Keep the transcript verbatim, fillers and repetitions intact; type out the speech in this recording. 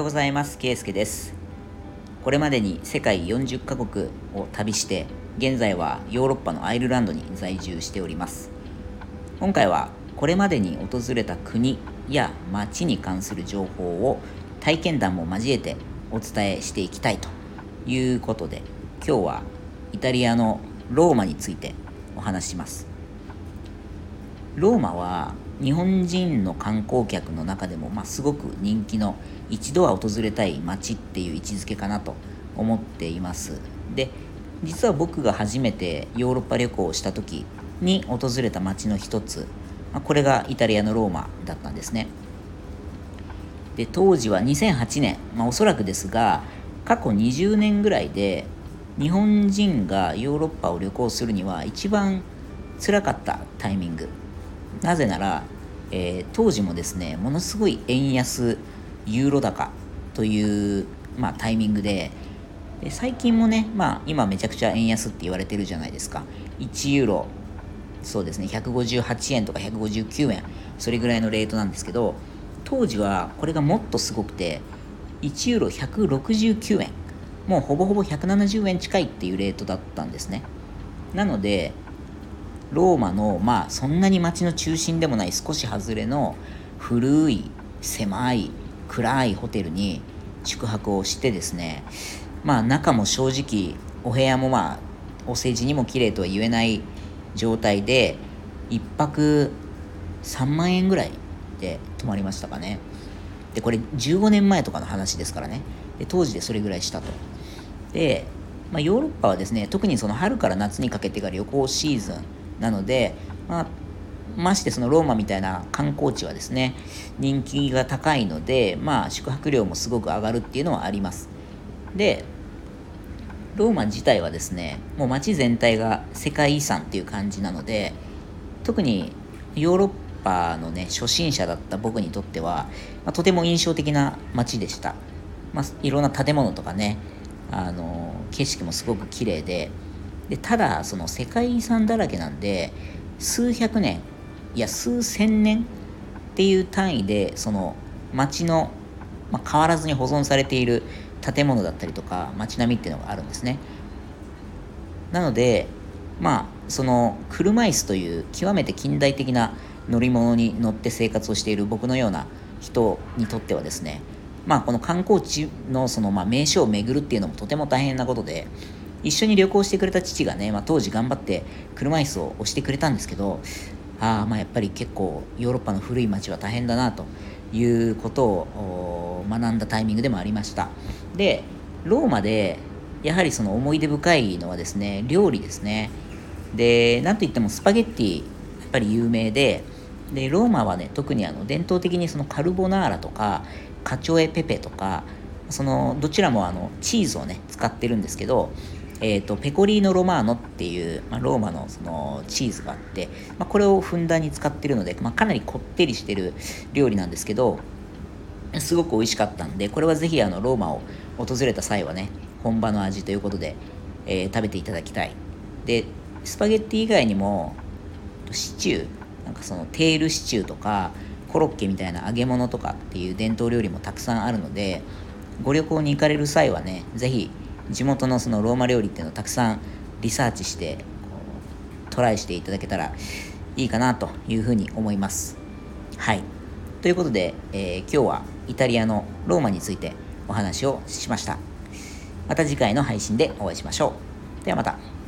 ございます。ケイスケです。これまでに世界よんじゅっカ国を旅して、現在はヨーロッパのアイルランドに在住しております。今回はこれまでに訪れた国や街に関する情報を体験談も交えてお伝えしていきたいということで、今日はイタリアのローマについてお話しします。ローマは日本人の観光客の中でも、まあ、すごく人気の一度は訪れたい街っていう位置づけかなと思っています。で、実は僕が初めてヨーロッパ旅行をした時に訪れた街の一つ、まあ、これがイタリアのローマだったんですね。で、当時はにせんはちねん、まあ、おそらくですが過去にじゅうねんぐらいで日本人がヨーロッパを旅行するには一番辛かったタイミング。なぜなら、えー当時もですね、ものすごい円安ユーロ高という、まあ、タイミングで、で最近もね、まあ、今めちゃくちゃ円安って言われてるじゃないですか。いちユーロ、そうですね、ひゃくごじゅうはちえんとかひゃくごじゅうきゅうえん、それぐらいのレートなんですけど、当時はこれがもっとすごくて、いちユーロひゃくろくじゅうきゅうえん、もうほぼほぼひゃくななじゅうえん近いっていうレートだったんですね。なのでローマの、まあそんなに街の中心でもない少し外れの古い狭い暗いホテルに宿泊をしてですね、まあ中も正直お部屋もまあお世辞にも綺麗とは言えない状態で、一泊さんまん円ぐらいで泊まりましたかね。でこれじゅうごねんまえとかの話ですからね。で当時でそれぐらいしたと。で、まあ、ヨーロッパはですね、特にその春から夏にかけてが旅行シーズンなので、まあ、ましてそのローマみたいな観光地はですね、人気が高いので、まあ、宿泊料もすごく上がるっていうのはあります。で、ローマ自体はですね、もう街全体が世界遺産っていう感じなので、特にヨーロッパのね、初心者だった僕にとっては、まあ、とても印象的な街でした。まあ、いろんな建物とかね、あの景色もすごく綺麗で、でただその世界遺産だらけなんで、数百年いや数千年っていう単位でその街の、まあ、変わらずに保存されている建物だったりとか街並みっていうのがあるんですね。なので、まあその車椅子という極めて近代的な乗り物に乗って生活をしている僕のような人にとってはですね、まあこの観光地のそのまあ名所を巡るっていうのもとても大変なことで、一緒に旅行してくれた父がね、まあ、当時頑張って車椅子を押してくれたんですけど、ああまあやっぱり結構ヨーロッパの古い街は大変だなということを学んだタイミングでもありました。で、ローマでやはりその思い出深いのはですね、料理ですね。で、なんといってもスパゲッティやっぱり有名で、でローマはね、特にあの伝統的にそのカルボナーラとかカチョエペペとか、そのどちらもあのチーズをね使ってるんですけど、えーと、ペコリーノ・ロマーノっていう、まあ、ローマのそのチーズがあって、まあ、これをふんだんに使ってるので、まあ、かなりこってりしてる料理なんですけど、すごく美味しかったんで、これはぜひあのローマを訪れた際はね、本場の味ということで、えー食べていただきたい。で、スパゲッティ以外にもシチュー、なんかそのテールシチューとかコロッケみたいな揚げ物とかっていう伝統料理もたくさんあるので、ご旅行に行かれる際はね、ぜひ地元のそのローマ料理っていうのをたくさんリサーチしてこうトライしていただけたらいいかなというふうに思います。はい。ということで、えー今日はイタリアのローマについてお話をしました。また次回の配信でお会いしましょう。ではまた。